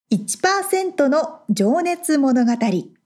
1% の情熱物語。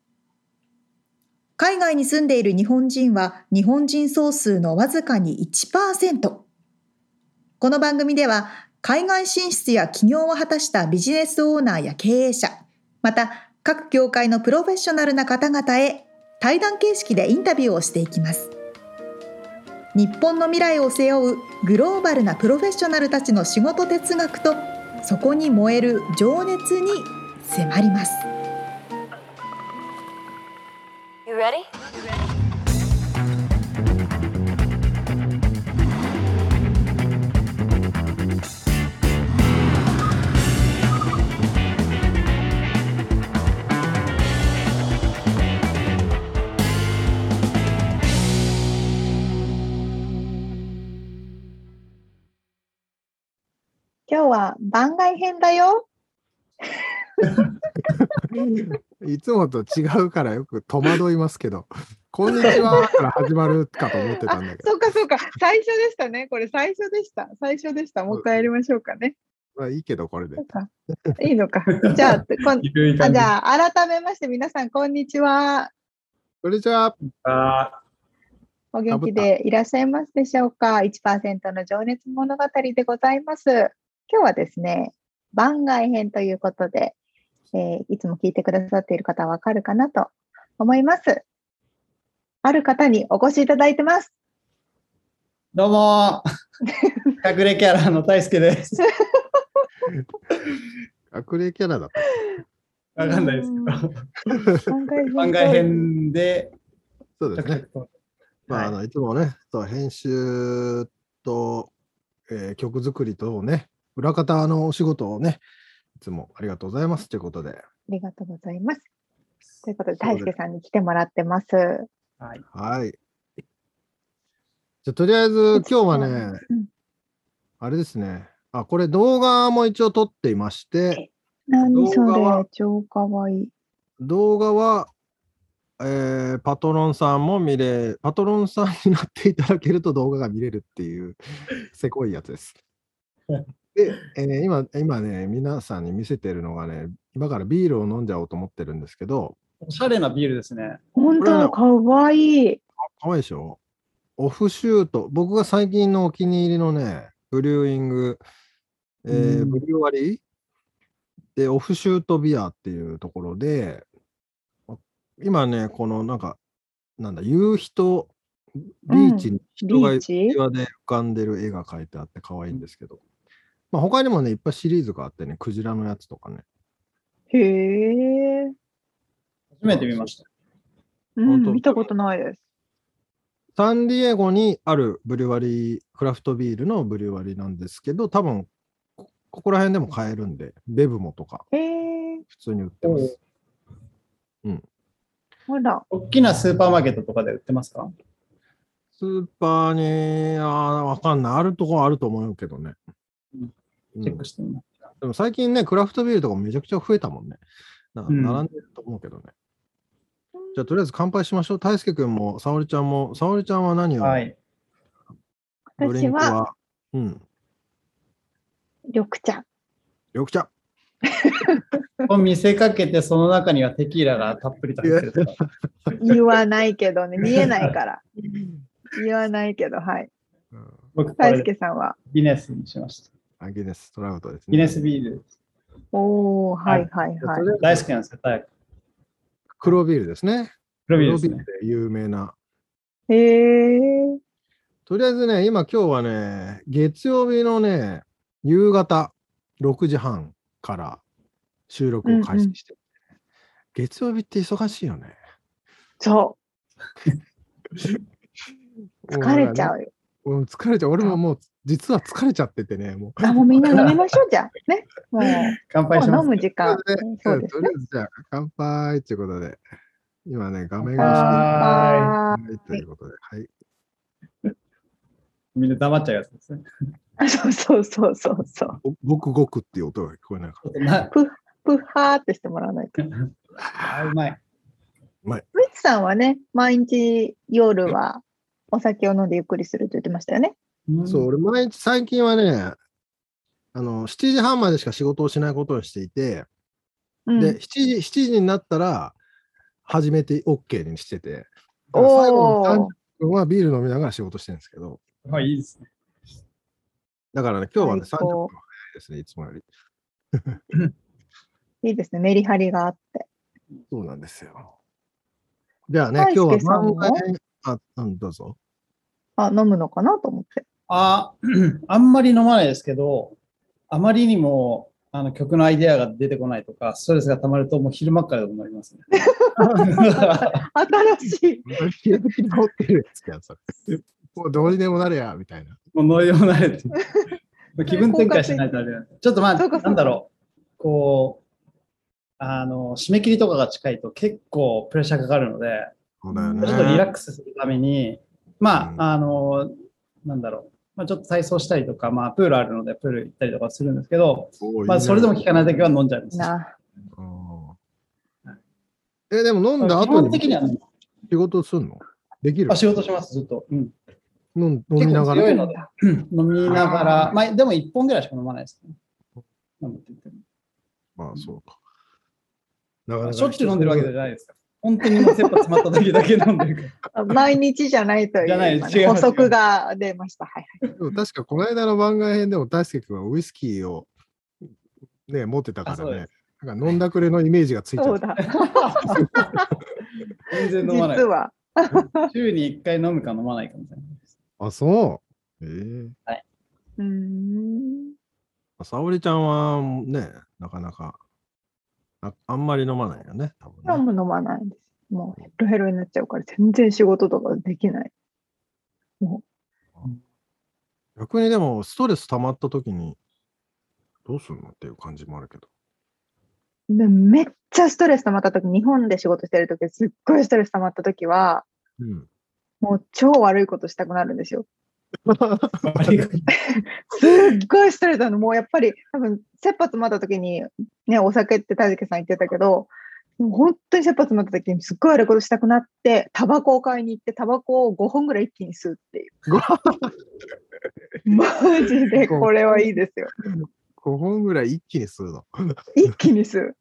海外に住んでいる日本人は日本人総数のわずかに 1%。この番組では海外進出や起業を果たしたビジネスオーナーや経営者、また各業界のプロフェッショナルな方々へ対談形式でインタビューをしていきます。日本の未来を背負うグローバルなプロフェッショナルたちの仕事哲学とそこに燃える情熱に迫ります。 You ready? 今日は番外編だよ。 いつもと違うからよく戸惑いますけど、こんにちはから始まるかと思ってたんだけど。 そうか、最初でしたね。これ最初でした。もう一回やりましょうかね。 まあいいけど、これで。 いいのか。じゃあ、じゃあ改めまして皆さん、こんにちは。 こんにちは。 お元気でいらっしゃいますでしょうか。1% の情熱物語でございます。今日はですね、番外編ということで、いつも聞いてくださっている方はわかるかなと思います。ある方にお越しいただいてます。 どうも隠れキャラの大輔です。 隠れキャラだった。 わかんないですけど。番外編で。 そうですね。まあ、いつもね、編集と、曲作りとね、裏方のお仕事をね、いつもありがとうございますということで。ありがとうございます。ということで、大輔さんに来てもらってます。 はい。 はい。じゃあ、とりあえず今日はね、あれですね。これ動画も一応撮っていまして。 何それ、超かわいい。 動画は、パトロンさんになっていただけると動画が見れるっていうせこいやつです。で、今ね、皆さんに見せてるのがね、今からビールを飲んじゃおうと思ってるんですけど。 おしゃれなビールですね。 本当、かわいい。 かわいいでしょ。オフシュート、僕が最近のお気に入りのね、ブリューイング、ブリュー割りで、オフシュートビアっていうところで、今ね、この夕日とビーチに人が岩で浮かんでる絵が描いてあって可愛いんですけど、まあ、他にもね、いっぱいシリーズがあってね、クジラのやつとかね。 へえ。 初めて見ました。 見たことないです。 サンディエゴにあるブリュワリー、クラフトビールのブリュワリーなんですけど、多分、ここら辺でも買えるんで、ベブモとか、普通に売ってます。 ほら。 大きなスーパーマーケットとかで売ってますか？ スーパーに、わかんない。あるとこはあると思うけどね。 チェックしてみます。 でも最近ね、クラフトビールとかめちゃくちゃ増えたもんね。並んでると思うけどね。じゃあ、とりあえず乾杯しましょう。大輔君も、沙織ちゃんも。沙織ちゃんは何を？ はい。 私は、緑茶。 緑茶。 見せかけて、その中にはテキーラがたっぷりと入ってる。 言わないけどね、見えないから。言わないけど、はい。大輔さんはギネスにしました。 ギネストラウトですね。 ギネスビール。 おー、はいはいはい。 大好きなんですよ、 黒ビールですね。 黒ビールで有名な。 へー。 とりあえずね、今日はね、月曜日のね、夕方6時半から収録を開始して、月曜日って忙しいよね。 そう。疲れちゃうよ。 疲れちゃう。俺ももう実は疲れちゃっててね。もうみんな飲みましょうじゃん。ね。もう乾杯します。 飲む時間。 そうですね。とりあえずじゃあ乾杯ということで、今ね、画面がしてということで、はい。 みんな黙っちゃうやつですね。 そう。 ごくごくっていう音が聞こえないから。プッハーってしてもらわないと。 うまい。 ミツさんはね、毎日夜はお酒を飲んでゆっくりすると言ってましたよね。 そう、俺毎日最近はね、7時半までしか仕事をしないことをしていて、 で、7時になったら、始めて OK にしてて、だからお最後の30 ー、 分はビール飲みながら仕事してるんですけど、 はい、いいですね。 だからね、今日はね、30分最高早いですね、いつもより。 いいですね。メリハリがあって。 そうなんですよ。じゃあね、 大今日は輔さんも番外編、どうぞ。 飲むのかなと思って。 あんまり飲まないですけど、あまりにも曲のアイデアが出てこないとか、ストレスが溜まると、もう昼間っからでも飲みますね。 新しい。 開き直ってるやつやん、それ。もうどうにでもなれや、みたいな。 もうノリでも慣れて。気分転換しないとあれなんで。ちょっとまあ、 そうかそうかなんだろう。こう、締め切りとかが近いと結構プレッシャーかかるので、 そうだよね。 ちょっとリラックスするために、まあ、 うんなんだろう。まあ、ちょっと体操したりとか、まあ、プールあるので、プール行ったりとかするんですけど、まあ、 おーいいねそれでも効かないときは飲んじゃいます。 な。 でも飲んだ基後に本的にはね、 仕事するのできる仕事します、ずっと。うん。 飲結構みながら。 強いので、飲みながら、まあ、でも1本ぐらいしか飲まないですね。飲むって言ってもまあ、そうか。なかなかしょっちゅう飲んでるわけじゃないですか。本当にもう切羽詰まった時だけ飲んでるか毎日じゃないというじゃない今ね違います補足が出ました。はいはい。 でも確かこの間の番外編でも大輔君はウイスキーをね、持ってたからねあそうで。 なんか飲んだくれのイメージがついちゃ。 そううだ。 全然飲まない実。は。 週に1回飲むか飲まないかみたいな。 あ、そう。沙織ちゃんはね、なかなかあんまり飲まないよね、多分ね。 飲まないです。もうヘロヘロになっちゃうから全然仕事とかできない。も逆にでもストレス溜まった時にどうするのっていう感じもあるけど。 でめっちゃストレス溜まった時、日本で仕事してる時、すっごいストレス溜まった時は、 うん。 もう超悪いことしたくなるんですよ。 悪いことすっごいストレスなの。もうやっぱり多分、切羽詰まった時に、ね、お酒って大輔さん言ってたけど、もう本当に切羽詰まった時にすっごい悪いことしたくなって、タバコを買いに行って、タバコを5本ぐらい一気に吸うっていう。マジでこれはいいですよ。 5本ぐらい一気に吸うの。 一気に吸う。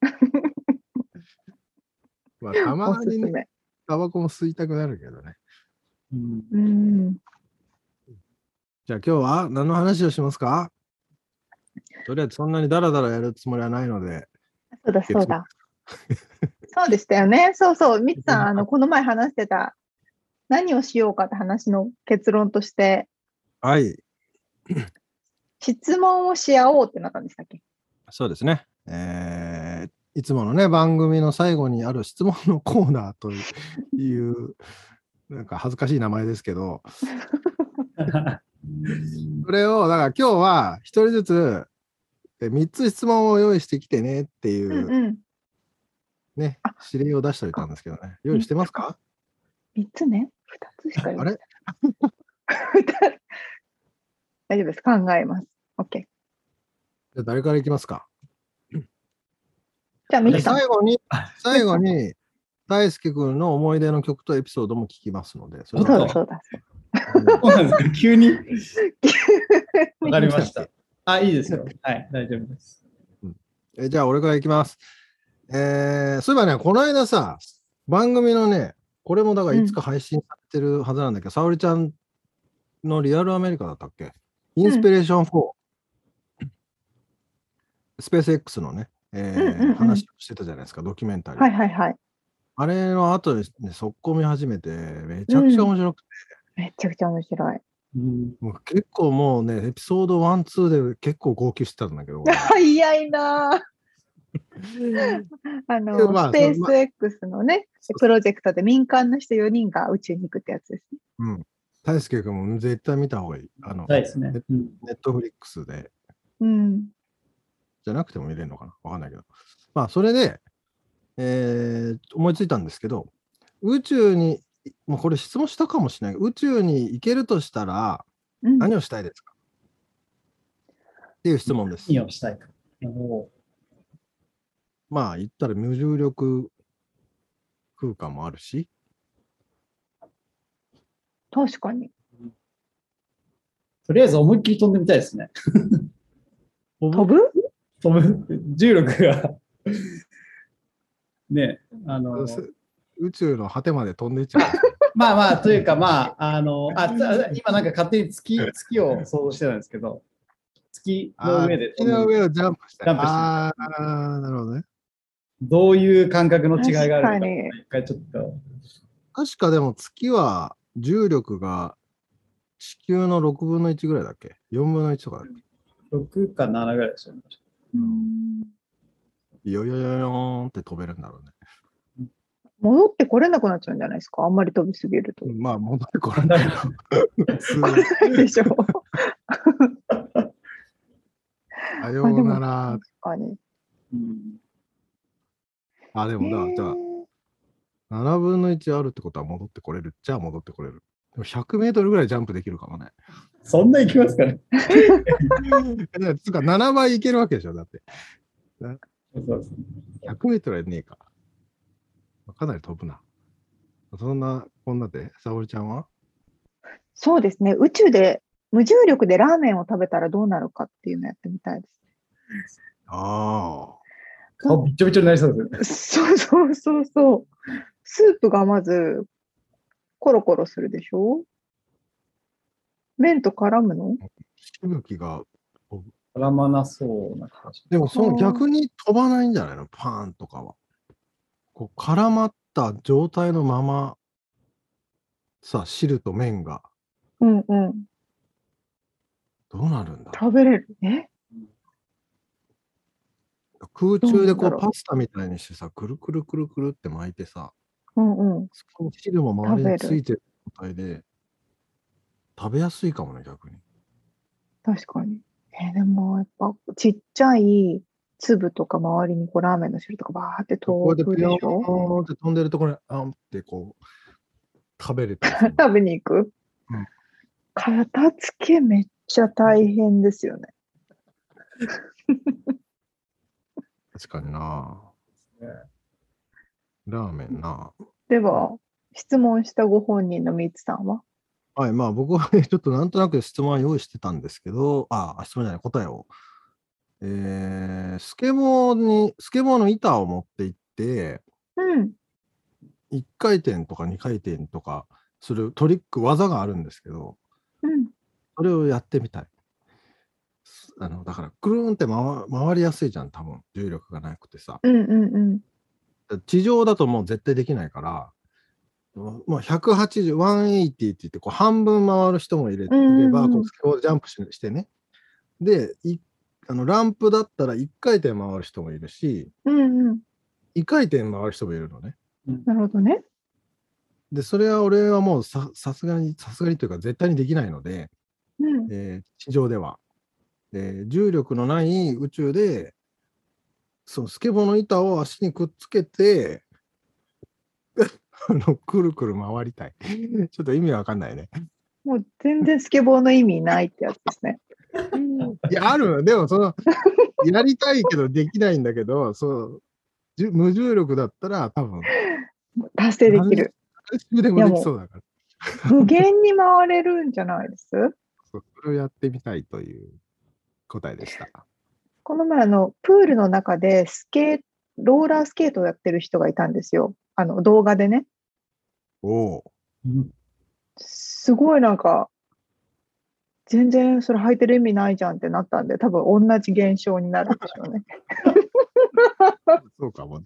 まあ、たおますにね、 すめ。 タバコも吸いたくなるけどね。 うんうん。 じゃあ今日は何の話をしますか？とりあえずそんなにダラダラやるつもりはないので。 そうだそうだ。そうでしたよね。そうそう。ミツさん、この前話してた、何をしようかって話の結論として、 はい。 質問をし合おうってなったんでしたっけ？ そうですね。いつものね、番組の最後にある質問のコーナーという、なんか恥ずかしい名前ですけど、それを、だから今日は一人ずつ3つ質問を用意してきてねっていううん。 ね、指令を出しておいたんですけどね。用意してますか 3つね。2つしかあれ大丈夫です。考えます。OK。 じゃあ誰からいきますかじゃあ、ミキさん。 最後に、大輔君の思い出の曲とエピソードも聞きますので、それそうはだそうだ。 そうなんですか急に。わかりました。いいですよ。はい、大丈夫です。 じゃあ俺からいきます。そういえばね、この間さ、番組のね、これもだからいつか配信されてるはずなんだけど、沙織ちゃんのリアルアメリカだったっけ？インスピレーション4、スペース X のね、話をしてたじゃないですか、ドキュメンタリー。 はいはいはい。 あれの後にね、速攻見始めて、めちゃくちゃ面白くて、 めちゃくちゃ面白い。 もう結構もうね、エピソード1、2で結構号泣してたんだけど、 早いなぁ。 まあスペース X のね、プロジェクトで民間の人4人が宇宙に行くってやつですね。 大輔君も絶対見た方がいい。 はいですね。 ネットフリックスで。 うん。 じゃなくても見れるのかなわかんないけど。まあ、それで、思いついたんですけど、宇宙に、もうこれ質問したかもしれないけど、宇宙に行けるとしたら、何をしたいですか、っていう質問です。 何をしたいか。 まあ、言ったら無重力空間もあるし。 確かに。 とりあえず思いっきり飛んでみたいですね。 飛ぶ重力がね、 宇宙の果てまで飛んでいっちゃう。 まあまあ、というか、まあ、今なんか勝手に月を想像してたんですけど、月の上で月の上をジャンプしたい。 ジャンプしてああ、なるほどね。 どういう感覚の違いがあるのか、 確かに一回ちょっと。 確かでも月は重力が地球の6分の1ぐらいだっけ ?4 分の1とかだっけ 6か7ぐらいですよね。 よよよよーんって飛べるんだろうね。 戻ってこれなくなっちゃうんじゃないですか、あんまり飛びすぎると。 まあ、戻ってこらないの。普通。 ないでしょ。 さようなら。 確かに。 あ、でもじゃあ、7分の1あるってことは戻ってこれる。じゃあ戻ってこれる。でも100メートルぐらいジャンプできるかもね。 そんな行きますかね。 つうか7倍いけるわけでしょ、だって。 そうですね。 100メートルはねえか。かなり飛ぶな。そんな、こんなで、沙織ちゃんはそうですね。宇宙で無重力でラーメンを食べたらどうなるかっていうのやってみたいです。 あ顔びっちょびちょになりそうですよね。 そう。スープがまずコロコロするでしょ。麺と絡むの？ しぶきが、 絡まなそうな感じ。 でもその逆に飛ばないんじゃないのパーンとかは。こう絡まった状態のまま、さ、汁と麺がうん。 どうなるんだ食べれる。 空中でこどうなんだろううパスタみたいにしてさ、くるくるくるくるって巻いてさ、 うん。 そこに汁も周りについてる状態で、食べやすいかもね、逆に。 確かに。でもやっぱちっちゃい粒とか周りにこうラーメンの汁とかバーってこうやってピヨ飛ぶでしょ。 ーンって飛んでるところに、あんってこう、食べれたりする食べに行く、 うん片付けめっちゃ大変ですよね。 確かにな。ラーメンな。 では、質問したご本人のミツさんは？ はい、まあ僕はね、ちょっとなんとなく質問は用意してたんですけど、質問じゃない、答えを。スケボーの板を持って行って、 うん。 1回転とか2回転とかするトリック、技があるんですけど、それをやってみたい。だから、くるーんって回りやすいじゃん、多分、重力がなくてさ。地上だともう絶対できないから、まあ、180、180って言って、こう半分回る人もいれば、こうスケボージャンプしてね。で、ランプだったら1回転回る人もいるし、2回転回る人もいるのね。 なるほどね。 で、それは俺はもうさすがにというか絶対にできないので、地上では。重力のない宇宙で、そのスケボーの板を足にくっつけて、くるくる回りたい。ちょっと意味わかんないね。 もう全然スケボーの意味ないってやつですね。 いや、ある。でも、やりたいけどできないんだけど、無重力だったら多分、 達成できる。 誰でもできそうだから。 無限に回れるんじゃないです？ それをやってみたいという答えでした。 この前プールの中でローラースケートをやってる人がいたんですよ。動画でね。すごいなんか、全然それ履いてる意味ないじゃんってなったんで、多分同じ現象になるんでしょうね。 そうかも。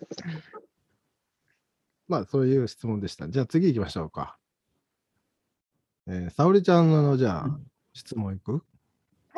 まあ、そういう質問でした。じゃあ次行きましょうか。沙織ちゃんの、じゃあ、質問いく？ はい。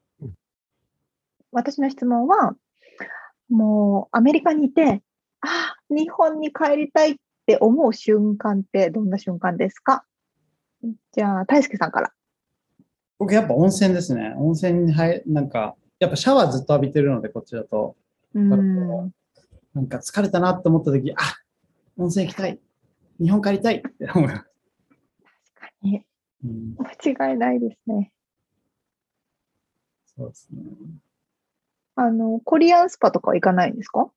私の質問は、もうアメリカにいて、日本に帰りたいって思う瞬間ってどんな瞬間ですか？じゃあ、大輔さんから。 僕やっぱ温泉ですね。温泉になんか、やっぱシャワーずっと浴びてるので、こっちだと。なんか疲れたなって思った時、温泉行きたい。日本帰りたいって思います。 確かに。間違いないですね。 そうですね。 コリアンスパとか行かないんですか？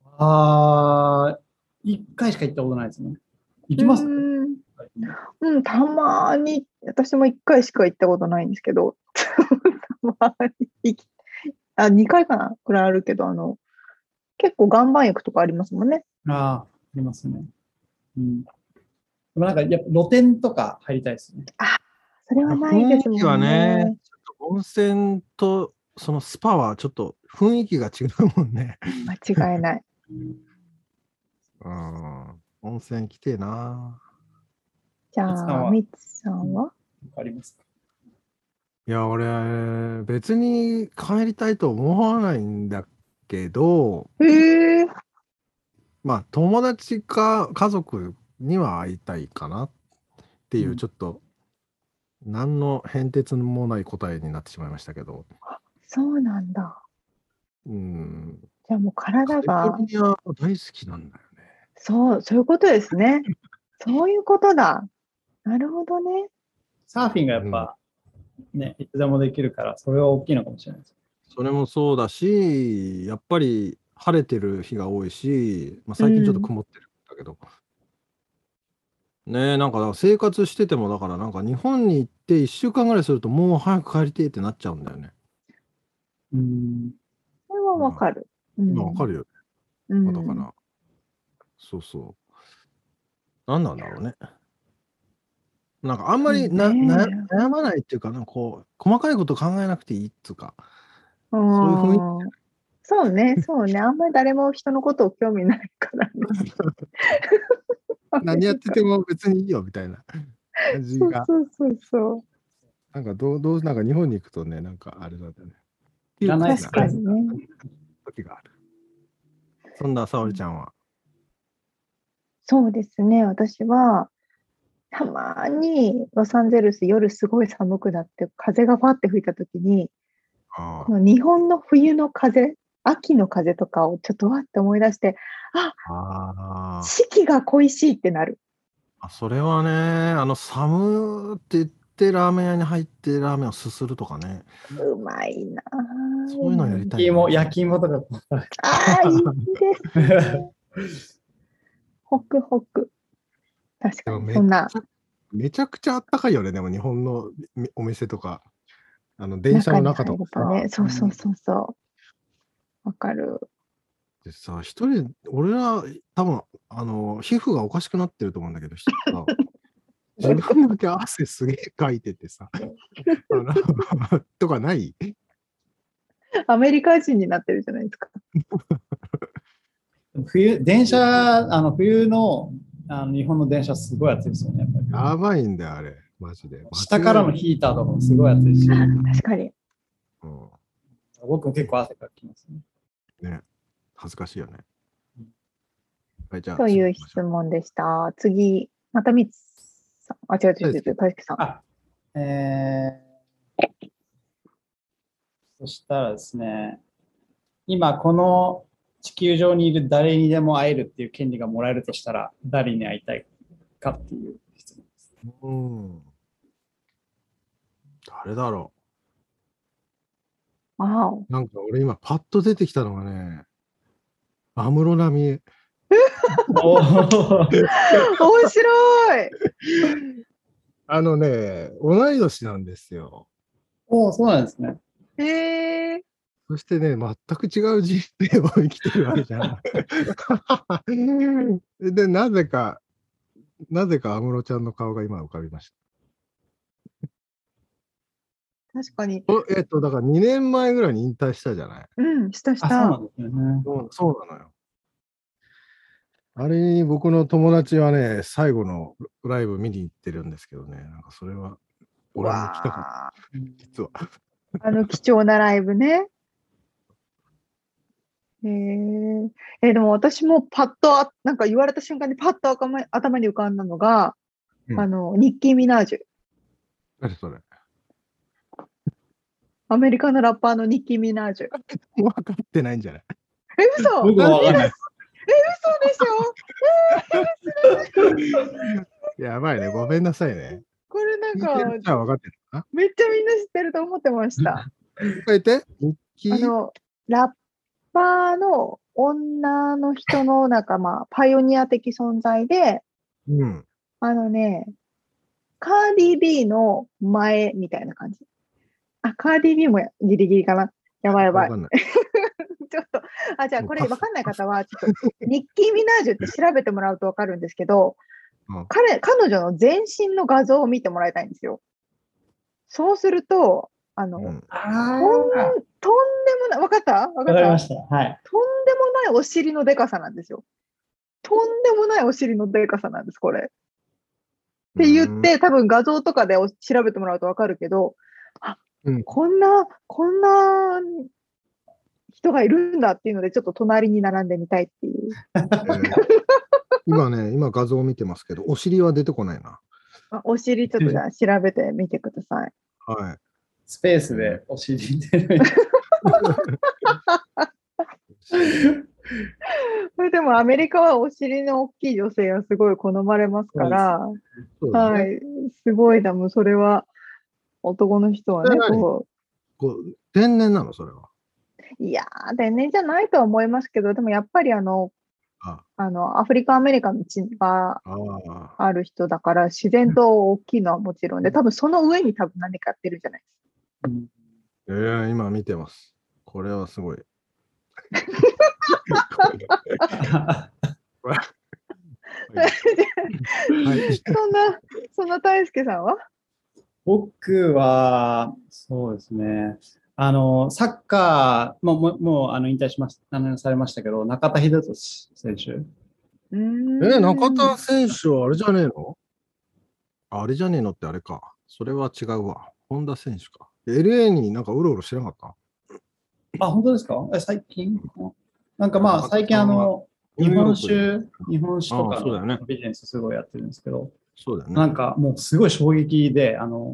一回しか行ったことないですね。行きます？ たまに、私も1回しか行ったことないんですけど、たまに2回かなくらいあるけど、結構岩盤浴とかありますもんね。 ありますね。うん。でもなんか、やっぱ露天とか入りたいですね。 それはないですもんね。 雰囲気はね、ちょっと温泉とそのスパはちょっと雰囲気が違うもんね。 間違いない。 温泉来てえな。 じゃあ、みつさんは？ ありますか？ いや、俺、別に帰りたいと思わないんだけど、まあ、友達か家族には会いたいかなっていう、ちょっと、何の変哲もない答えになってしまいましたけど、 そうなんだ。 うん、 じゃあもう体カリフォが、 ルニア大好きなんだよね。 そういうことですね。そういうことだ。なるほどね。 サーフィンがやっぱね、いつでもできるから、それは大きいのかもしれないです。 それもそうだし、やっぱり晴れてる日が多いし、まあ、 う最近ちょっとん。 曇ってるんだけど、ねえ、なんか生活してても、だからなんか日本に行って1週間ぐらいするともう早く帰りてえってなっちゃうんだよね。 それはわかる。 まあわかるよね。まあだから、そうそう。何なんだろうね。なんかあんまり悩まないっていうか、なんかこう、細かいこと考えなくていいっつうか、そういう雰囲気。 そうね。あんまり誰も人のことを興味ないからね。 何やってても別にいいよみたいな感じが。 そう。 なんかなんか日本に行くとね、なんかあれなんだよね。 確かにね。 時がある。そんな沙織ちゃんは。 そうですね。私は、たまにロサンゼルス夜すごい寒くなって風がファって吹いた時に、この日本の冬の風、秋の風とかをちょっとわって思い出して、四季が恋しいってなる。 それはね、寒って言ってラーメン屋に入ってラーメンをすするとかね。 うまいなぁ。 そういうのやりたい、ね。 焼き芋とか。 いいですね。ホクホク。確かに、そんな。 めちゃくちゃあったかいよね、でも日本のお店とか、電車の中とかね。そう。わかる。 でさ、俺ら、多分、皮膚がおかしくなってると思うんだけど、自分だけ汗すげえかいててさ、とかないアメリカ人になってるじゃないですか。 冬の日本の電車すごい暑いですよね。 やばいんだよ、あれ。マジで。 下からのヒーターとかもすごい暑いし。 確かに。 僕も結構汗かきますね。 ね。恥ずかしいよね。はい、じゃあ。 という質問でした。次、またみつさん。違う、大輔さん。 そしたらですね、今この地球上にいる誰にでも会えるっていう権利がもらえるとしたら、誰に会いたいかっていう質問です。 誰だろう。なんか俺今パッと出てきたのがね、安室奈美恵。 面白い。 同い年なんですよ。 そうなんですね。 そしてね、全く違う人生を生きてるわけじゃん。で、なぜか安室ちゃんの顔が今浮かびました。 確かに。 だから2年前ぐらいに引退したじゃない。 した。 そうなんですね。 そうなのよ。あれに僕の友達はね、最後のライブ見に行ってるんですけどね、なんかそれは、俺も来たかった、実は。 貴重なライブね。でも私もパッと、なんか言われた瞬間にパッと頭に浮かんだのが、ニッキー・ミナージュ。 何それ？ アメリカのラッパーのニッキー・ミナージュ。 分かってないんじゃない？ 嘘？僕もわかんない。 嘘でしょ？ やばいね。ごめんなさいね。 これなんか、 分かってるかめっちゃみんな知ってると思ってました。 書いて。ニッキー？ ラッパーの女の人の仲間、パイオニア的存在で、カーディー・ビーの前みたいな感じ。カーディー・ビーもギリギリかな。やばい。 ちょっと、じゃあこれ分かんない方は、ちょっと、ニッキー・ミナージュって調べてもらうと分かるんですけど、彼女の全身の画像を見てもらいたいんですよ。そうすると、とんでもない、分かったわかりました。はい。 とんでもないお尻のでかさなんですよ。とんでもないお尻のでかさなんです、これ。って言って、多分画像とかで調べてもらうと分かるけど、こんな人がいるんだっていうので、ちょっと隣に並んでみたいっていう。 今画像を見てますけど、お尻は出てこないな。 お尻ちょっとじゃあ調べてみてください。 はい。 スペースでお尻出る。 でもアメリカはお尻の大きい女性はすごい好まれますから、はい、すごいもうそれは男の人はね、 天然なのそれは。 いやー、天然じゃないとは思いますけど、でもやっぱりアフリカアメリカの血がある人だから、自然と大きいのはもちろんで、多分その上に何かやってるんじゃないですか。 今見てます。これはすごい。 そんな大輔さんは？ 僕は、そうですね。サッカー、もう引退されましたけど、中田英寿選手。 中田選手はあれじゃねえの？あれじゃねえのってあれか。それは違うわ。本田選手か。LA になんかうろうろしてなかった？ 本当ですか？最近なんか最近日本酒とかのビジネスすごいやってるんですけど、 そうだよね。 なんかもうすごい衝撃で、あの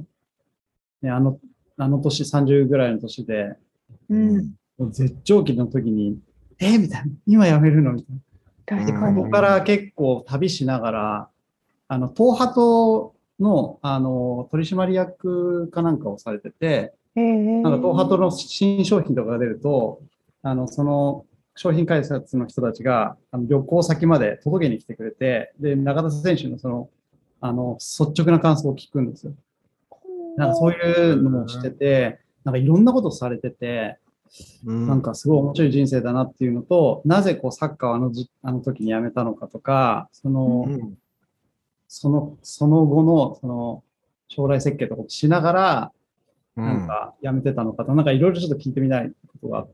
年30ぐらいの年で、もう絶頂期の時に、みたいな、今辞めるのみたいな。 確かに。 ここから結構旅しながら、東ハトの、取締役かなんかをされてて、なんか東ハトの新商品とかが出ると、その商品開発の人たちが旅行先まで届けに来てくれて、で、中田選手の率直な感想を聞くんですよ。なんかそういうのもしてて、なんかいろんなことされてて、なんかすごい面白い人生だなっていうのと、なぜサッカーをあの時に辞めたのかとか、その後の将来設計とかしながら、なんか辞めてたのかと、なんかいろいろちょっと聞いてみたいことがあって。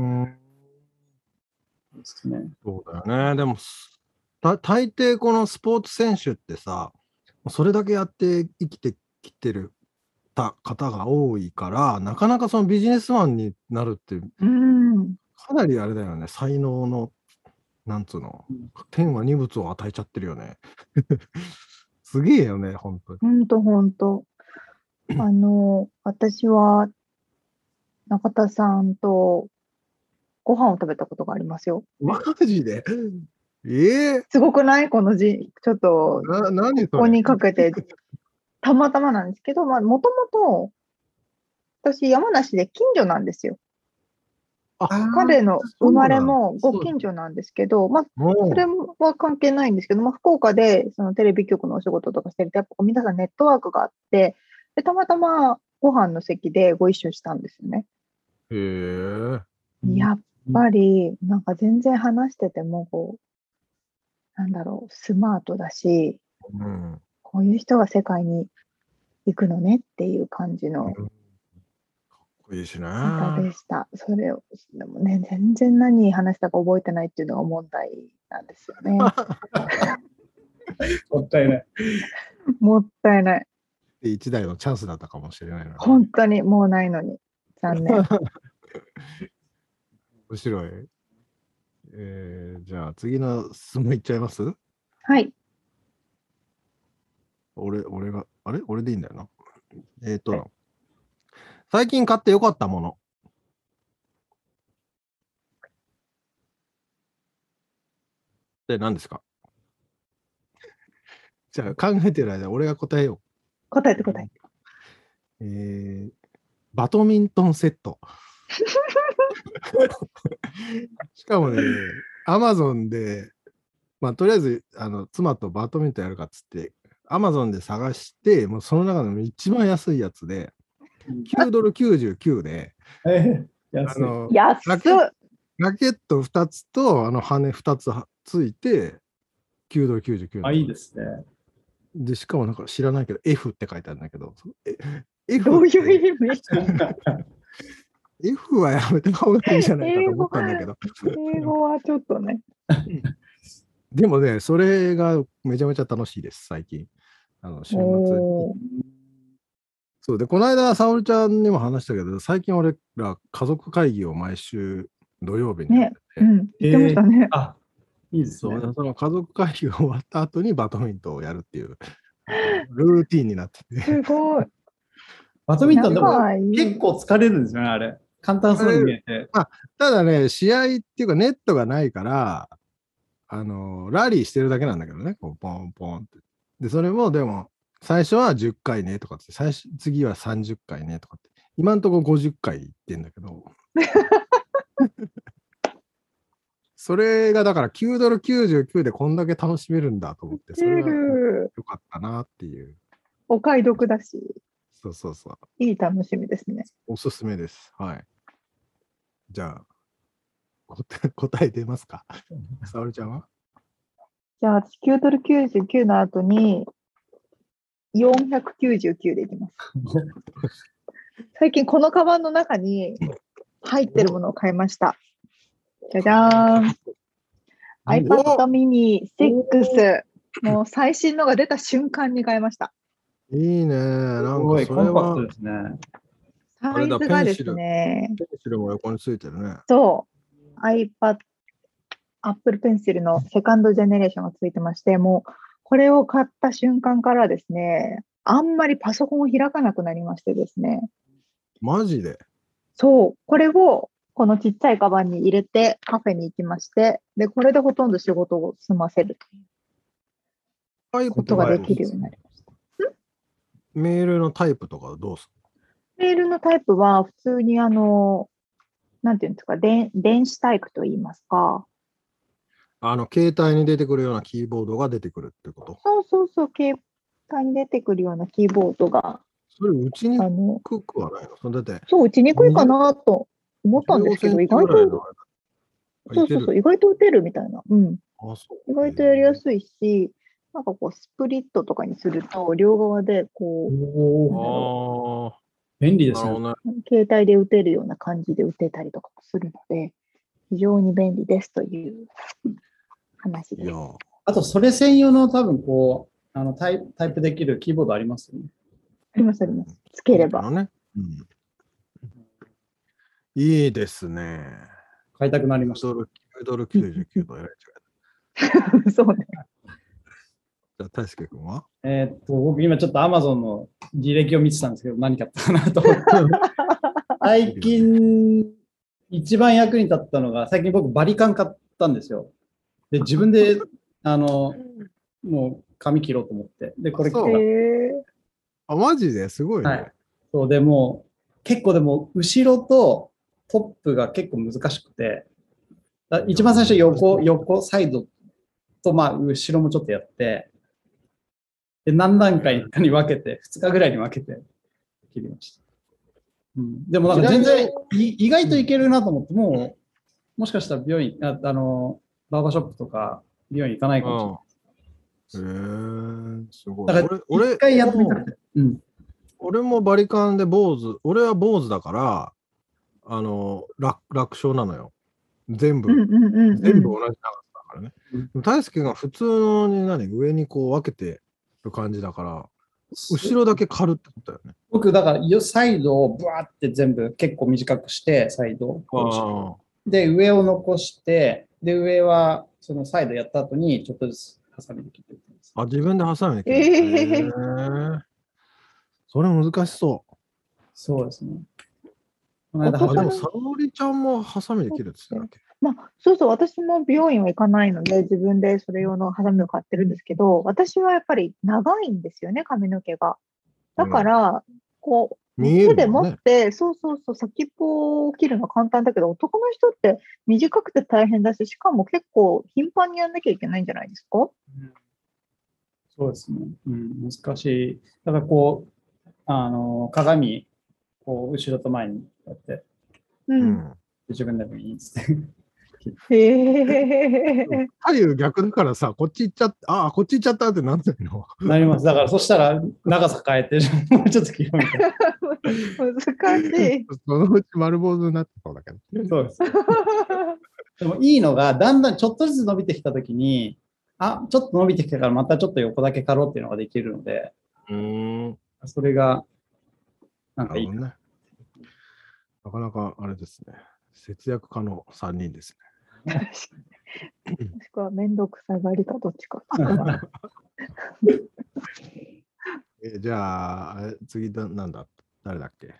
ですね。そうだよね。でも、大抵このスポーツ選手ってさ、それだけやって生きてきてる方が多いから、なかなかそのビジネスマンになるって、かなりあれだよね、才能の、なんつうの、天は二物を与えちゃってるよね。すげえよね、本当に。 本当。私は中田さんとご飯を食べたことがありますよ。 マジで？ すごくない？ちょっと、ここにかけて、たまたまなんですけど、もともと、私、山梨で近所なんですよ。彼の生まれもご近所なんですけど、それは関係ないんですけど、福岡でそのテレビ局のお仕事とかしてると、やっぱ皆さんネットワークがあって、でたまたまご飯の席でご一緒したんですよね。やっぱり、なんか全然話してても、スマートだし、こういう人が世界に行くのねっていう感じのいいしね。 方でした。それを、でもね、全然何話したか覚えてないっていうのが問題なんですよね。 もったいない。 もったいない。 一台のチャンスだったかもしれないな。 本当にもうないのに。残念。 面白い。じゃあ次の質問いっちゃいます？ はい。 俺でいいんだよな。最近買ってよかったもの。って何ですか？じゃあ考えてる間、俺が答えよう。 答えて。 バドミントンセット。しかもね、アマゾンで、とりあえず妻とバドミントンやるかっつって、アマゾンで探して、もうその中の一番安いやつで、$9.99で、 安い。 ラケット2つと羽2つついて9ドル99 あ、いいですね。 で、しかもなんか知らないけど F って書いてあるんだけど、F どういうって意味？ F はやめた方がいいじゃないかと思ったんだけど。 英語はちょっとね。 でもね、それがめちゃめちゃ楽しいです、最近。週末に。そうで、この間、沙織ちゃんにも話したけど、最近俺ら家族会議を毎週土曜日にやってて、 言ってましたね。 あ、いいですね。 その家族会議が終わった後にバドミントンをやるっていう、ルーティンになってて。 すごい。 バドミントンでも仲いい結構疲れるんですよね、あれ。簡単そうに見えて。 ただね、試合っていうかネットがないから、ラリーしてるだけなんだけどね、こうポンポンって。で、それもでも、最初は10回ねとかって、次は30回ねとかって、今んとこ50回言ってんだけど、それがだから9ドル99でこんだけ楽しめるんだと思って、それは良かったなっていう。 お買い得だし、 そうそうそう。 いい楽しみですね。 おすすめです。はい。じゃあ、答え出ますか沙織ちゃんはじゃあ、私9ドル99の後に499でいきます。最近このカバンの中に入ってるものを買いました。じゃじゃーん。iPad mini 6。もう最新のが出た瞬間に買いました。 いいね。なんかすごい、 それはコンパクトですね。 サイズがですね、 ペンシルも横についてるね。 そう、Apple Pencil のセカンドジェネレーションがついてまして、もうこれを買った瞬間からですね、あんまりパソコンを開かなくなりましてですね。 マジでそう、これをこのちっちゃいカバンに入れてカフェに行きまして、で、これでほとんど仕事を済ませるということができるようになりました。 メールのタイプとかどうすメールのタイプは普通になんていうんですか、電子タイプと言いますか。 る携帯に出てくるようなキーボードが出てくるってことそう、携帯に出てくるようなキーボードが、 それ打ちにくくはないのだって。 そう、打ちにくいかなと思ったんですけど、意外と、意外と打てるみたいな。意外とやりやすいし、なんかこう、スプリットとかにすると、両側でこう、便利ですね。 携帯で打てるような感じで打てたりとかもするので、非常に便利ですという話です。 あと、それ専用の多分こう、タイプできるキーボードありますよね。 あります。つければ。 いいですね。 買いたくなりました。 9ドル99ドル。 そうね。 じゃあ、大輔君は僕今ちょっと Amazon の履歴を見てたんですけど、何買ったかなと思って。最近、一番役に立ったのが、最近僕バリカン買ったんですよ。で、自分で、もう髪切ろうと思って。で、これ切った。 マジですごいね。 はい。そう、でも、結構でも、後ろとトップが結構難しくて、一番最初横、サイドと、まあ、後ろもちょっとやって、で、何段階かに分けて、2日ぐらいに分けて切りました。でもなんか全然意外といけるなと思って、もしかしたら病院、バーバーショップとか美容院行かないかもしれない。 すごい。 だから一回やってみたくて。 俺もバリカンで俺は坊主だから、楽勝なのよ。全部同じ長さだからね。大輔が普通の上にこう分けてる感じだから、後ろだけ刈るってことだよね。 僕、だからサイドをブワーって全部結構短くして、サイドで、上を残して、で、上はそのサイドやった後にちょっとずつハサミで切っていきます。 自分でハサミで切る。それ難しそう。 そうですね。 でも、沙織ちゃんもハサミで切るって言ってたっけ？ そう、私も美容院は行かないので、自分でそれ用のハサミを買ってるんですけど、私はやっぱり長いんですよね、髪の毛が。だから、こう、手で持って、そう、先っぽを切るのは簡単だけど、男の人って短くて大変だし、しかも結構頻繁にやんなきゃいけないんじゃないですか？ そうですね。難しい。だからこう、鏡、こう、後ろと前にこうやって、自分でもいいですね。 へえ。 左右逆だからさ、こっち行っちゃった、こっち行っちゃったってなんないの？ なります。だからそしたら長さ変えて、もうちょっと広めて。 難しい。 そのうち丸坊主になってそうだけど。 そうです。でもいいのが、だんだんちょっとずつ伸びてきたときに、ちょっと伸びてきたからまたちょっと横だけ刈ろうっていうのができるので、それが、なんかいい。 ね。なかなかあれですね。節約家の3人ですもしくはめんどくさがりかどっちか。 ね。じゃあ、次なんだ誰だっけ？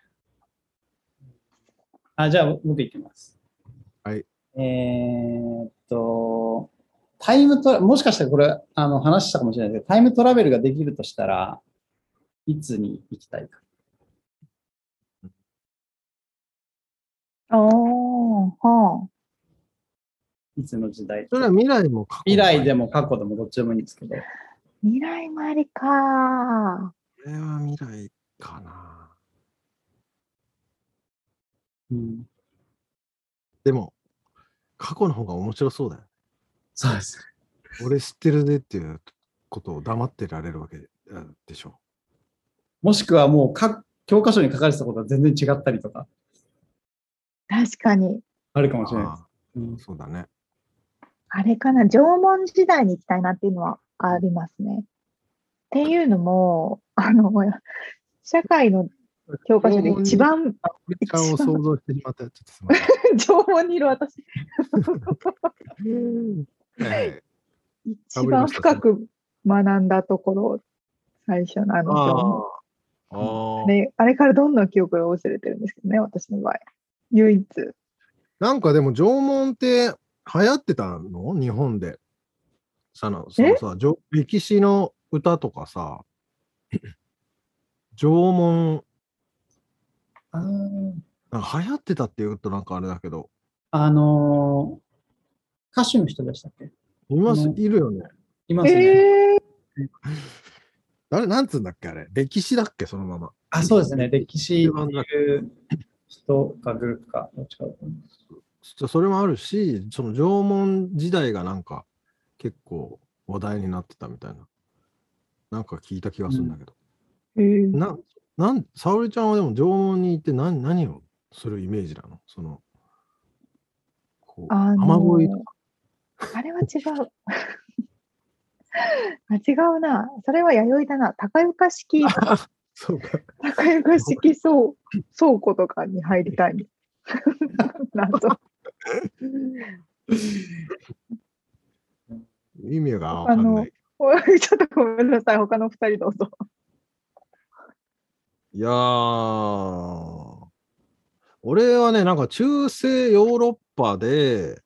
じゃあ僕いきます。 はい。 タイムトラもしかしたらこれ、話したかもしれないですけど、タイムトラベルができるとしたらいつに行きたいか。 はあ。 いつの時代。 それは未来も過去未来でも過去でもどっちでもいいんですけど。 未来もありか。 これは未来かな。でも、過去の方が面白そうだよ。 そうです。 俺知ってるぜっていうことを黙ってられるわけでしょ。 もしくはもう教科書に書かれてたことは全然違ったりとか。 確かに。 あるかもしれないです。そうだね。 あれかな、縄文時代に行きたいなっていうのはありますね。っていうのも、社会の教科書で一番、 ちゃんを想像してしまった。ちょっとすみません。縄文にいる私。一番深く学んだところ、最初の縄文。あれからどんどん記憶が薄れてるんですけどね、私の場合。唯一。 なんかでも縄文って流行ってたの？日本で。歴史の歌とかさ、縄文、なんか流行ってたって言うとなんかあれだけど。 歌手の人でしたっけ？ いるよね。 いますね。 なんつうんだっけあれ。歴史だっけそのまま。 そうですね。歴史っていう人かグループか、どっちかだと思います。 それもあるし、その縄文時代がなんか結構話題になってたみたいな。なんか聞いた気がするんだけど。沙織ちゃんはでも縄文に行って何をするイメージなの？雨乞いとか。 あれは違う。違うな。それは弥生だな。高床式。 そうか。 高床式倉庫とかに入りたい。謎。 意味がわかんない。 ちょっとごめんなさい。他の2人どうぞ。 いやー、俺はね、なんか中世ヨーロッパで、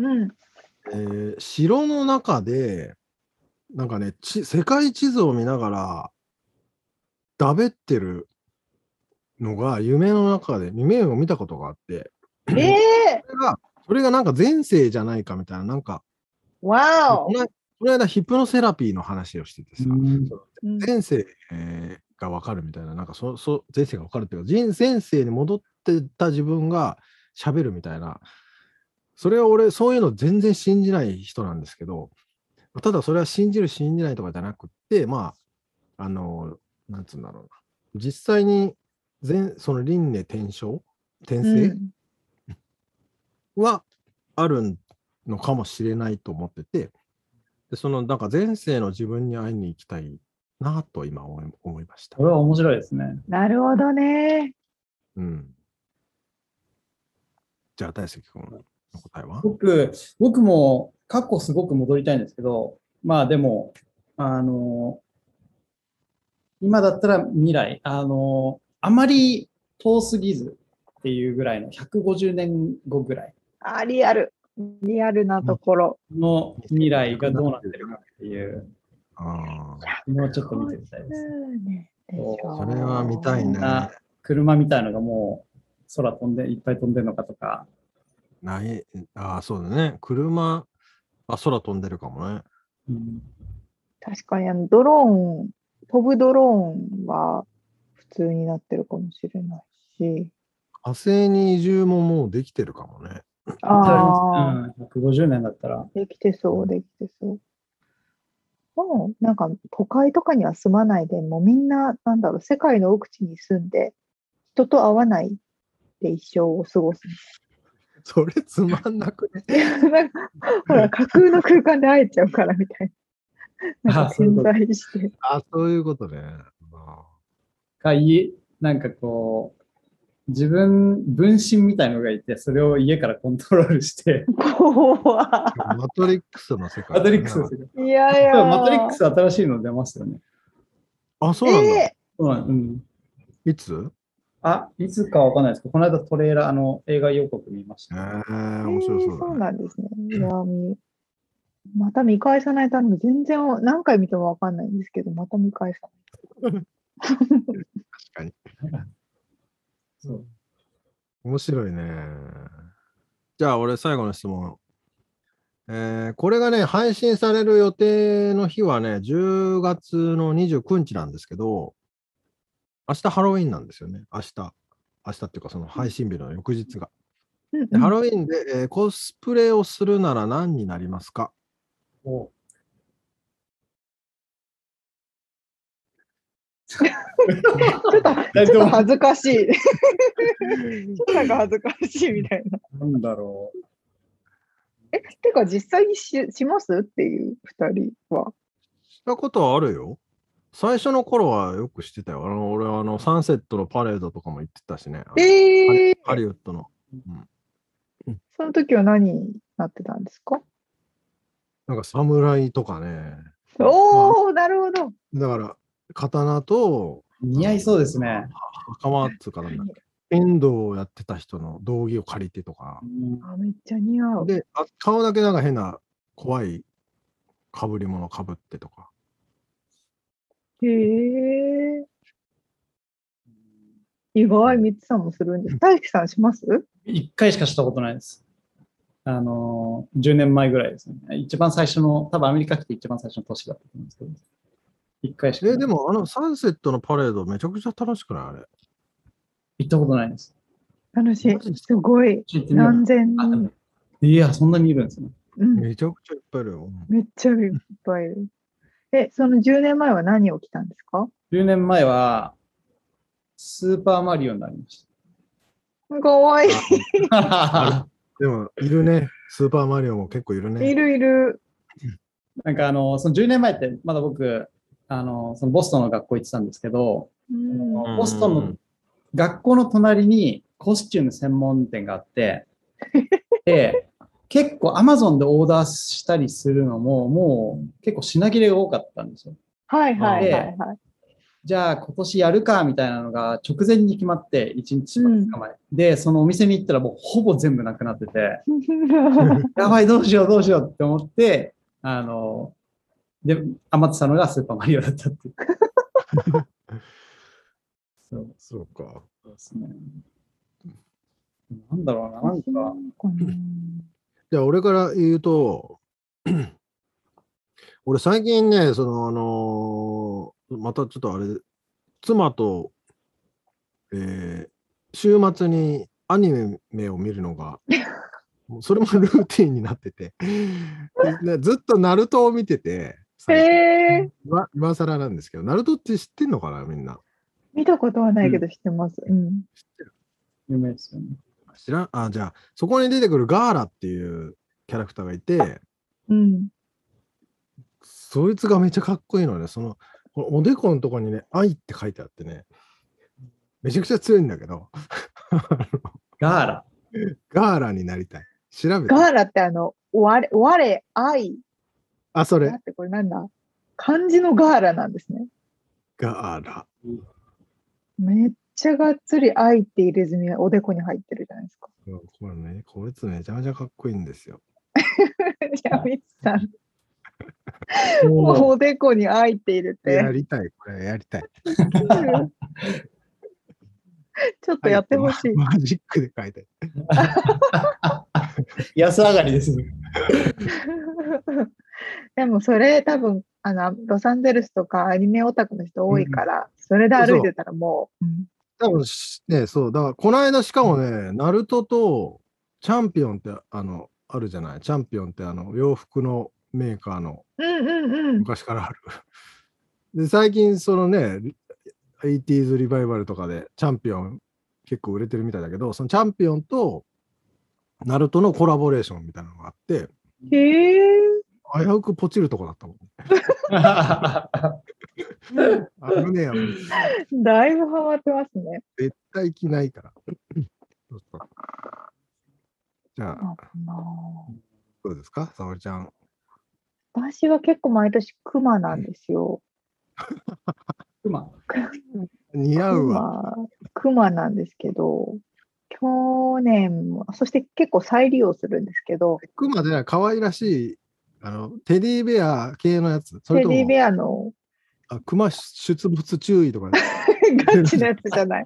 城の中で、なんかね、世界地図を見ながら、だべってるのが夢の中で、夢を見たことがあって、それがなんか前世じゃないかみたいな、なんか、この間ヒプノセラピーの話をしててさ、前世がわかるみたいな、なんか前世がわかるっていうか、前世に戻ってた自分が喋るみたいな、それは俺、そういうの全然信じない人なんですけど、ただそれは信じる信じないとかじゃなくて、まあ、なんつうんだろうな。実際にその輪廻転生はあるのかもしれないと思ってて、でなんか前世の自分に会いに行きたいなと今思いました。 これは面白いですね。 なるほどね。 じゃあ大輔君の答えは？ 僕も過去すごく戻りたいんですけど、まあでも、今だったら未来、あまり遠すぎずっていうぐらいの150年後ぐらい。 リアルなところの未来がどうなってるかっていうのをちょっと見てみたいです。 それは見たいね。 車みたいのがもう空いっぱい飛んでるのかとか。 そうだね。車、空飛んでるかもね。 確かに飛ぶドローンは普通になってるかもしれないし。 火星に移住ももうできてるかもね。 ああ、 150年だったら。 できてそう、できてそう。もう、なんか、都会とかには住まないで、もうみんな、なんだろう、世界の奥地に住んで、人と会わないで一生を過ごす。 それつまんなくね。 いや、なんか、ほら、架空の空間で会えちゃうからみたいな。なんか潜在して。 あ、そういうことね。 なんかこう、分身みたいのがいて、それを家からコントロールして、 怖マトリックスの世界マトリックスですよ。 い。いやいでもマトリックや。 ス新しいの出ますよね。 あ、そうなんだ。 えうん。 いつ？ いつかわかんないですけど、この間トレーラー、映画予告見ました。 面白そうそうだね。 なんですね。いや、また見返さないと全然何回見てもわかんないんですけど、また見返さない。 確かに。 そう。 面白いね。じゃあ、俺、最後の質問。これがね、配信される予定の日はね、10月の29日なんですけど、明日ハロウィンなんですよね。明日っていうか、その配信日の翌日が。でハロウィンで、コスプレをするなら何になりますか？ おちょっと恥ずかしい。ちょっとなんか恥ずかしいみたいな。 なんだろう。 てか実際にしますっていう二人は。 したことはあるよ。最初の頃はよくしてたよ。俺はサンセットのパレードとかも行ってたしね。ハリウッドの。 その時は何になってたんですか？ なんか侍とかね。 おお、なるほど。 だから、刀と、 似合いそうですね。 袴っつうかなんだっけ。剣道をやってた人の道着を借りてとか。 めっちゃ似合う。 で、顔だけなんか変な怖い被り物被ってとか。 へえ。意外、ミツさんもするんです。大輝さんします？ 一回しかしたことないです。10年前ぐらいですね。一番最初の、多分アメリカ来て一番最初の年だったと思うんですけど、一回しか。 でもサンセットのパレードめちゃくちゃ楽しくないあれ。 行ったことないです。 楽しい。すごい。何千人。 いや、そんなにいるんですね。 めちゃくちゃいっぱいいるよ。 めっちゃいっぱいいる。その10年前は何を着たんですか ？10年前は、スーパーマリオになりました。 かわいい。 でも、いるね。スーパーマリオも結構いるね。 いるいる。 なんかその10年前って、まだ僕、そのボストンの学校行ってたんですけど、ボストンの学校の隣にコスチューム専門店があって、で、結構 Amazon でオーダーしたりするのも、もう結構品切れが多かったんですよ。 はいはいはいはい。 じゃあ今年やるかみたいなのが直前に決まって1日2日前、でそのお店に行ったらもうほぼ全部なくなっててやばいどうしようって思ってで余ってたのがスーパーマリオだったっていうそうか。 そうですね。なんだろうな、なんか。 じゃあ俺から言うと俺最近ね、またちょっとあれ、妻と、週末にアニメを見るのが、それもルーティンになってて、ずっとナルトを見てて、今更なんですけど、ナルトって知ってんのかな、みんな。 見たことはないけど知ってます。知ってる。有名ですよね。 じゃあ、そこに出てくるガーラっていうキャラクターがいて、そいつがめっちゃかっこいいのね。おでこのとこにね、愛って書いてあってね、めちゃくちゃ強いんだけど。 ガーラ。 ガーラになりたい。調べて。 ガーラって我、愛。 それ。 ってこれなんだ？漢字のガーラなんですね。 ガーラ。 めっちゃがっつり愛って入れ墨はおでこに入ってるじゃないですか。 これね、こいつめちゃめちゃかっこいいんですよ。 じゃあ、ミツさん。おでこに愛って入れて。 やりたい、これやりたい。 ちょっとやってほしい。 マジックで書いて。 安上がりです。 でもそれ多分ロサンゼルスとかアニメオタクの人多いから、それで歩いてたらもう。 多分ね、そう、だからこの間しかもね、ナルトとチャンピオンってあるじゃない。チャンピオンって洋服のメーカーの昔からある。で、最近そのね、80s リバイバルとかでチャンピオン結構売れてるみたいだけど、そのチャンピオンとナルトのコラボレーションみたいなのがあって、 へえ。 危うくポチるとこだったもん。危ねえやもん。 だいぶハマってますね。 絶対着ないから。そうそうじゃあ、どうですか、沙織ちゃん。 私は結構毎年クマなんですよ。 熊。 似合うわ。 クマなんですけど、去年も、そして結構再利用するんですけど、 クマで可愛らしい、テディベア系のやつ。それともテディベアのクマ出没注意とか。 ガチなやつじゃない。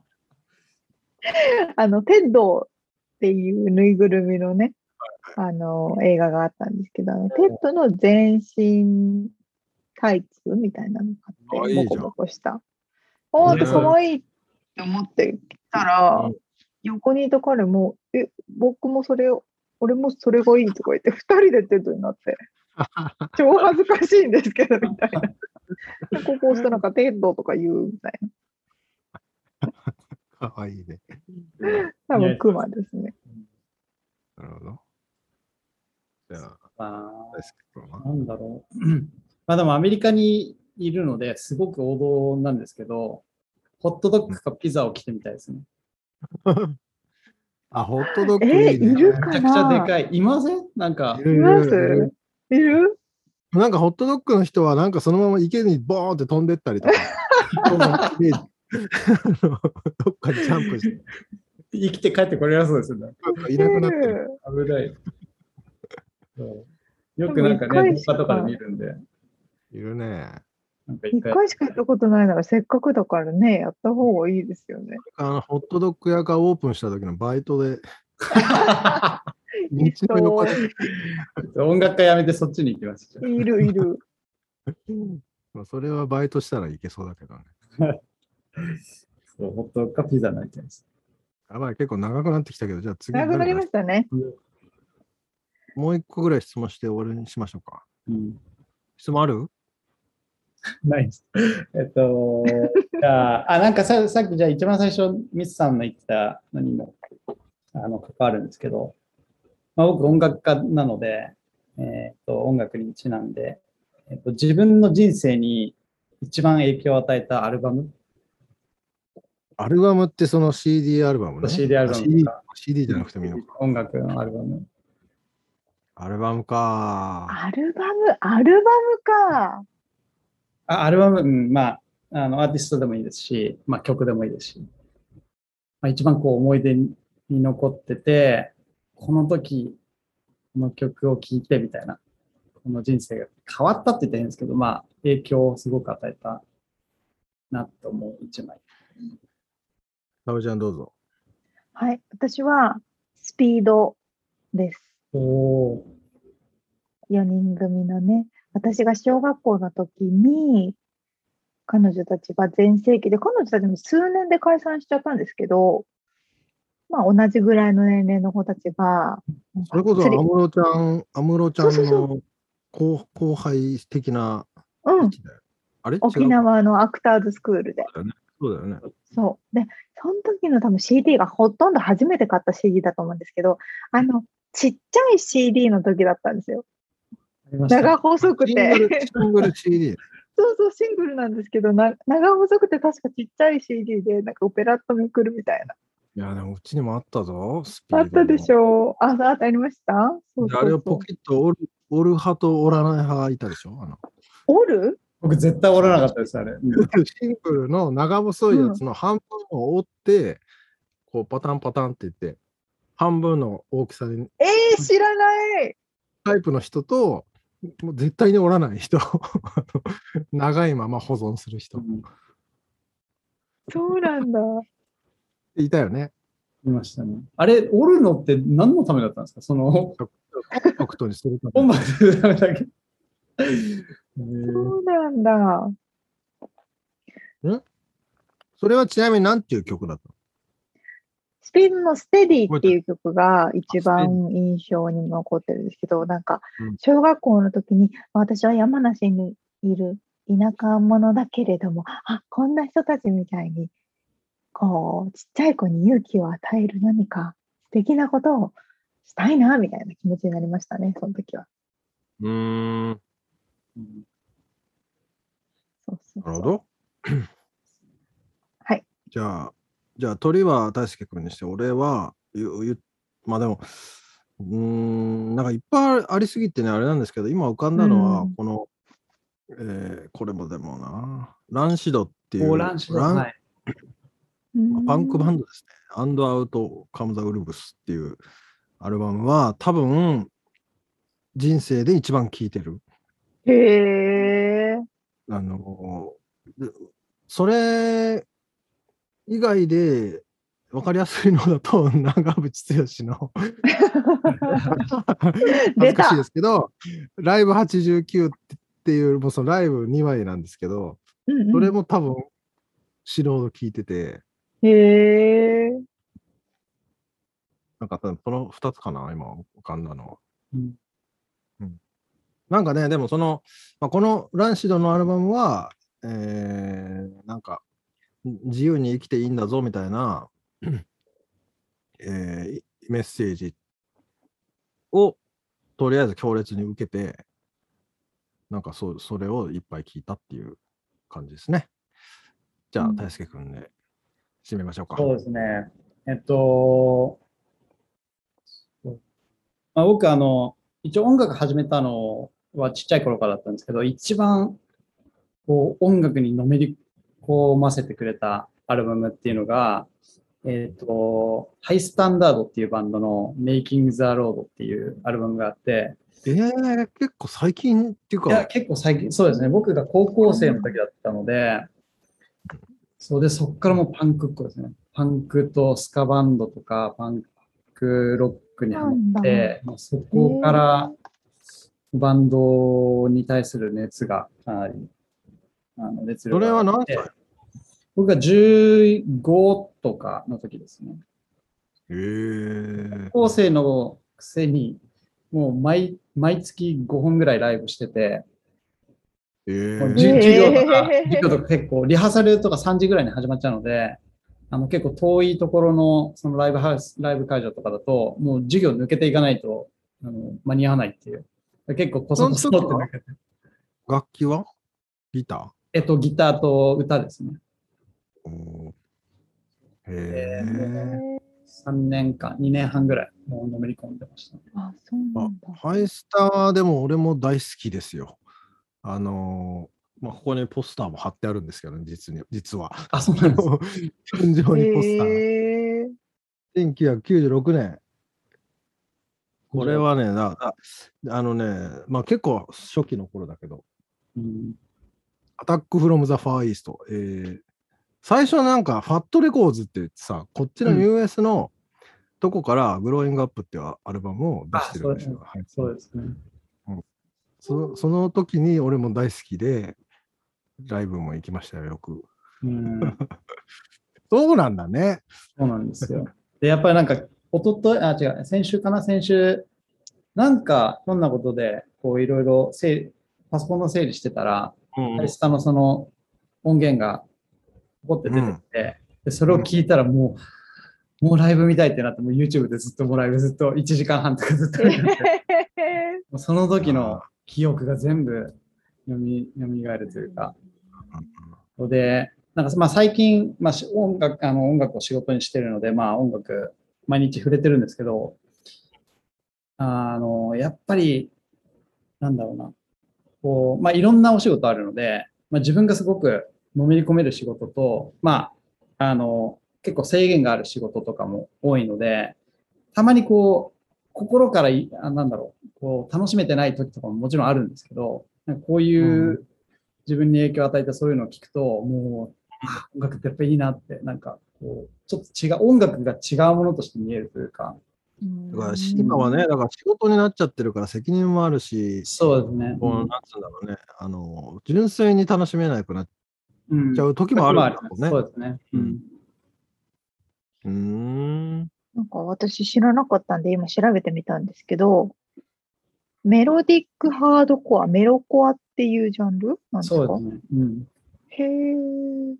テッドっていうぬいぐるみのね、映画があったんですけど、テッドの全身タイツみたいなの買って、ボコボコした。かわいいって思ってきたら、横にいた彼も、僕もそれを、俺もそれがいいとか言って、2人でテッドになって、超恥ずかしいんですけど、みたいな。ここ押すとなんかテッドとか言うみたいな。かわいいね。 多分クマですね。 なるほど。じゃなんだろう。まあでもアメリカにいるのですごく王道なんですけど、ホットドッグかピザを着てみたいですね。 あ、ホットドッグいいね。 いるかな。 めちゃくちゃでかい。いません？なんか。 いますいるなんかホットドッグの人はなんかそのまま池にボーンって飛んでったりとか、どっかにジャンプして。 生きて帰ってこれなそうですよね。 いなくなってる。 危ない。よくなんかね、動画とかで見るんで。 いるね。 一回しかやったことないならせっかくだからね、やった方がいいですよね。 ホットドッグ屋がオープンした時のバイトで。 音楽家やめてそっちに行きます。 いる。 それはバイトしたらいけそうだけどね。 そう、ホットドッグかピザになりたいです。 やばい、結構長くなってきたけど、じゃあ次。 長くなりましたね。 もう一個ぐらい質問して終わりにしましょうか。質問ある？ ないです。じゃあ、なんかさっきじゃあ一番最初、ミスさんの言ってたのにも関わるんですけど、僕音楽家なので、音楽にちなんで、自分の人生に一番影響を与えたアルバム。 アルバムってその CD アルバムね。 CD アルバムとか。 CD じゃなくてもいいのか。 音楽のアルバム。 アルバムか。 アルバムか。 アルバム、アーティストでもいいですし、曲でもいいですし、一番こう思い出に残ってて、この時、この曲を聴いてみたいな、この人生が変わったって言ったらいいんですけど、影響をすごく与えたなと思う一枚。 沙織ちゃんどうぞ。 はい、私はスピードです。4人組のね、私が小学校の時に、彼女たちが全盛期で、彼女たちも数年で解散しちゃったんですけど、同じぐらいの年齢の子たちが。 それこそ安室ちゃんの後輩的な。あれ？ 沖縄のアクターズスクールで。 そうだよね。 そう。で、その時の多分 CD がほとんど初めて買った CD だと思うんですけど、ちっちゃい CD の時だったんですよ。長細くて。 シングル CD。 そう、シングルなんですけど、長細くて確かちっちゃい CD で、なんかオペラッとめくるみたいな。 いや、でもうちにもあったぞ。 あったでしょう。ありました？ あれをポケット折る派と折らない派いたでしょ。 折る？ 僕絶対折らなかったです、あれ。 シングルの長細いやつの半分を折って、こうパタンパタンって言って、半分の大きさで。 知らない。 タイプの人と、もう絶対に折らない人。長いまま保存する人。 そうなんだ。 いたよね。 いましたね。あれ、折るのって何のためだったんですか？コンパクトにするため。 コンパクトするためだけ。 そうなんだ。 それはちなみに何ていう曲だったの？ スピードのステディっていう覚えてる。 曲が一番印象に残ってるんですけど、なんか、小学校の時に、私は山梨にいる田舎者だけれども、こんな人たちみたいに、こう、ちっちゃい子に勇気を与える何か素敵なことをしたいな、みたいな気持ちになりましたね、その時は。 うん。 そうそうそう。 なるほど。 はい。 じゃあ鳥は大輔君にして、俺はまあでも、なんかいっぱいありすぎてね、あれなんですけど、今浮かんだのは、この、これもでもな、ランシドっていう、 ランシド、はい。 パンクバンドですね。アンドアウトカムザウルブスっていうアルバムは、多分、人生で一番聴いてる。 へー。 それ以外で分かりやすいのだと、長渕剛の恥ずかしいですけど、ライブ89っていう、もうそのライブ2枚なんですけど、それも多分、死ぬほど聞いてて、 へー。 なんかこの2つかな、今浮かんだのは。なんかね、でもこのランシドのアルバムは、なんか、自由に生きていいんだぞみたいな、メッセージをとりあえず強烈に受けて、なんかそれをいっぱい聞いたっていう感じですね。じゃあ、大輔君で締めましょうか。 そうですね。僕一応音楽始めたのはちっちゃい頃からだったんですけど、一番こう音楽にのめり込ませてくれたアルバムっていうのが、ハイスタンダードっていうバンドの Making the Road っていうアルバムがあって、 結構最近っていうか。 いや、結構最近、そうですね。僕が高校生の時だったので、そっからもうパンクっ子ですね。パンクとスカバンドとか、パンクロックにハマって、そこからバンドに対する熱がかなり、熱量があって。それは何歳？僕が15とかの時ですね。高校生のくせに、もう毎月5本ぐらいライブしてて、授業とか結構、リハーサルとか3時ぐらいに始まっちゃうので、結構遠いところのそのライブ会場とかだと、もう授業抜けていかないと間に合わないっていう。結構こそこそって抜けて。 楽器はギター？ギターと歌ですね。3年間、2年半ぐらい、もうのめり込んでました。 そうなんだ。 ハイスタはでも俺も大好きですよ。ここにポスターも貼ってあるんですけどね、実は。 そうなんです。 天井にポスター。1996年。これはね、結構初期の頃だけど、アタックフロムザファーイースト。最初なんか、ファットレコーズって言ってさ、こっちの US のとこからグローイングアップっていうアルバムを出してるんですよ。 そうですね。 その時に俺も大好きで、ライブも行きましたよ、よく。そうなんだね。 そうなんですよ。で、やっぱりなんか、先週、なんか、どんなことで、こう、いろいろパソコンの整理してたら、ハイスタのその音源がポコって出てきて、でそれを聞いたらもうライブ見たいってなって、もう YouTube でずっとライブずっと1時間半とかずっと見てて、その時の記憶が全部蘇るというか。で、なんか最近、音楽を仕事にしてるので、音楽毎日触れてるんですけど、やっぱり、なんだろうな、こう、いろんなお仕事あるので、自分がすごくのめり込める仕事と、結構制限がある仕事とかも多いので、たまにこう、心から、こう、楽しめてない時とかももちろんあるんですけど、こういう自分に影響を与えたそういうのを聞くと、もう、音楽ってやっぱりいいなって、なんか、こう、ちょっと音楽が違うものとして見えるというか。 だから今はね、だから仕事になっちゃってるから責任もあるし、 そうですね。 なんつうんだろうね、純粋に楽しめなくなっちゃう時もあるんだろうね。 そうですね。 なんか私知らなかったんで今調べてみたんですけど、メロディックハードコア、メロコアっていうジャンルなんですか？ そうですね。うん。 へー。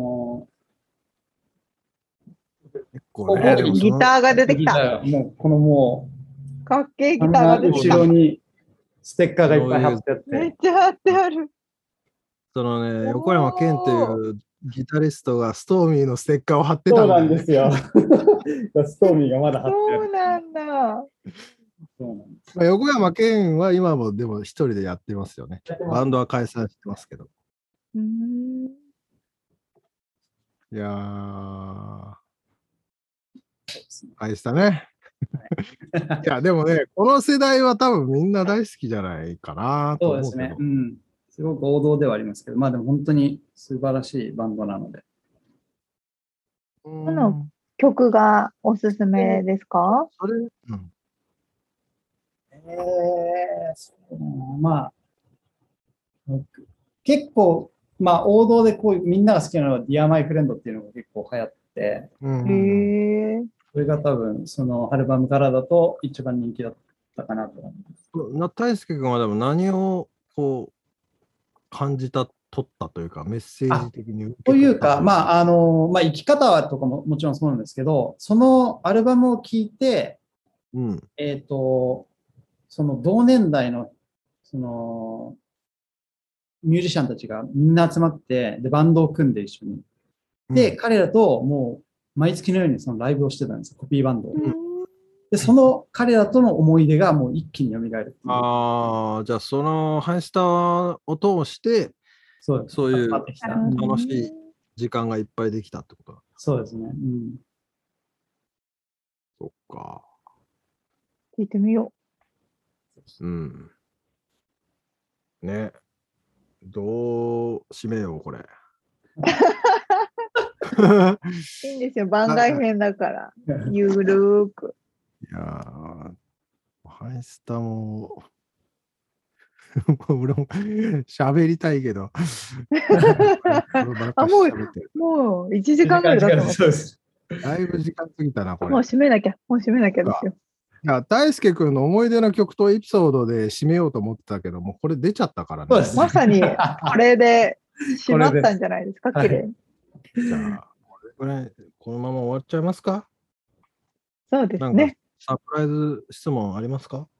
結構ね、でもギターが出てきた。 もう、このもかっけーう、 ギターが出てきた。 後ろにステッカーがいっぱい貼ってあっ。 めってちゃ貼ってある。 そのね、横山健っていうギタリストがストーミーのステッカーを貼ってたそうんだよね。 なんですよ。ストーミーがまだ貼ってある。 そうなんだ。 そうなんです。 まあ横山健は今もでも一人でやってますよね。 やってますバンドは解散してますけど。いやー、愛したね。いや、でもね、この世代は多分みんな大好きじゃないかなと思うけど。 そうですね。うん。すごく王道ではありますけど、まあでも本当に素晴らしいバンドなので。 どの曲がおすすめですか？ それ、 そうまあ、結構、まあ王道でこうみんなが好きなのは Dear My Friend っていうのが結構流行って、 へー。 それが多分そのアルバムからだと一番人気だったかなと思います。 大輔君はでも何をこう感じた、取ったというか、メッセージ的に受けというか、 まあ、 まあ、生き方はとかももちろんそうなんですけど、そのアルバムを聴いて、その同年代の、その、ミュージシャンたちがみんな集まって、で、バンドを組んで一緒に。で、彼らともう毎月のようにそのライブをしてたんですよ、コピーバンドを。で、その彼らとの思い出がもう一気に蘇る。 ああ、じゃあそのハイスターを通して、そういう楽しい時間がいっぱいできたってことだ。 そうですね。 そっか。 聞いてみよう。ね。どう締めよう、これ。 いいんですよ、番外編だから。ゆるーく。 いやー、ハイスタも、俺も喋りたいけど。 あ、もう1時間ぐらいだと思う。 だいぶ時間過ぎたな、これ。 もう締めなきゃですよ。 いや、大輔君の思い出の曲とエピソードで締めようと思ってたけど、もうこれ出ちゃったからね。 まさにこれで締まったんじゃないですか、綺麗に。 じゃあ、これこのまま終わっちゃいますか？ そうですね。 サプライズ質問ありますか？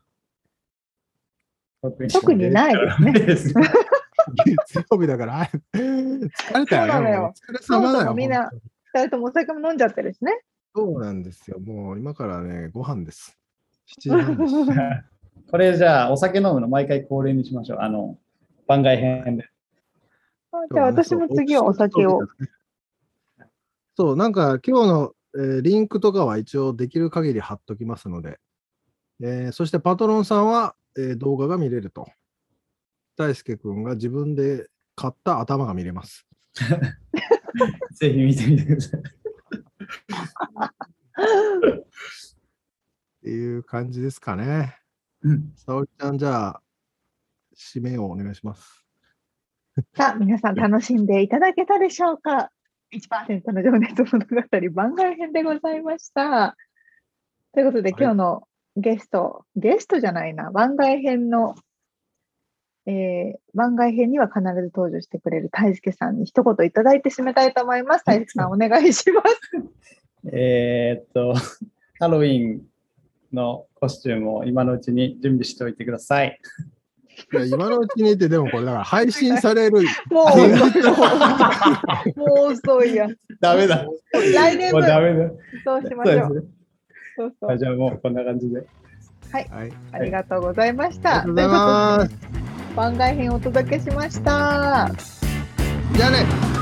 特にないですね。 月曜日だから疲れたよね。お疲れ様だよ。 みんな2人ともお酒も飲んじゃってるしね。 そうなんですよ。もう今からね、ご飯です。7時半です。 これじゃあ、お酒飲むの毎回恒例にしましょう。番外編で。 じゃあ私も次はお酒を。 そう、なんか今日の、リンクとかは一応できる限り貼っときますので、そしてパトロンさんは、動画が見れると。大輔君が自分で買った頭が見れます。 ぜひ見てみてください。 っていう感じですかね。沙織ちゃん、じゃあ、締めをお願いします。 さあ、皆さん楽しんでいただけたでしょうか？ 1% の情熱物語番外編でございました。ということで、今日のゲストじゃないな、番外編の、番外編には必ず登場してくれる大輔さんに一言いただいて締めたいと思います。大輔さん、お願いします。 ハロウィンのコスチュームを今のうちに準備しておいてください。 いや今のうちにってでもこれだから配信されるもう遅いや。 ダメだ。 来年もうダメだ。 そうしましょう。 じゃあもうこんな感じで。 はい、ありがとうございました。ということで番外編をお届けしました。 じゃあね。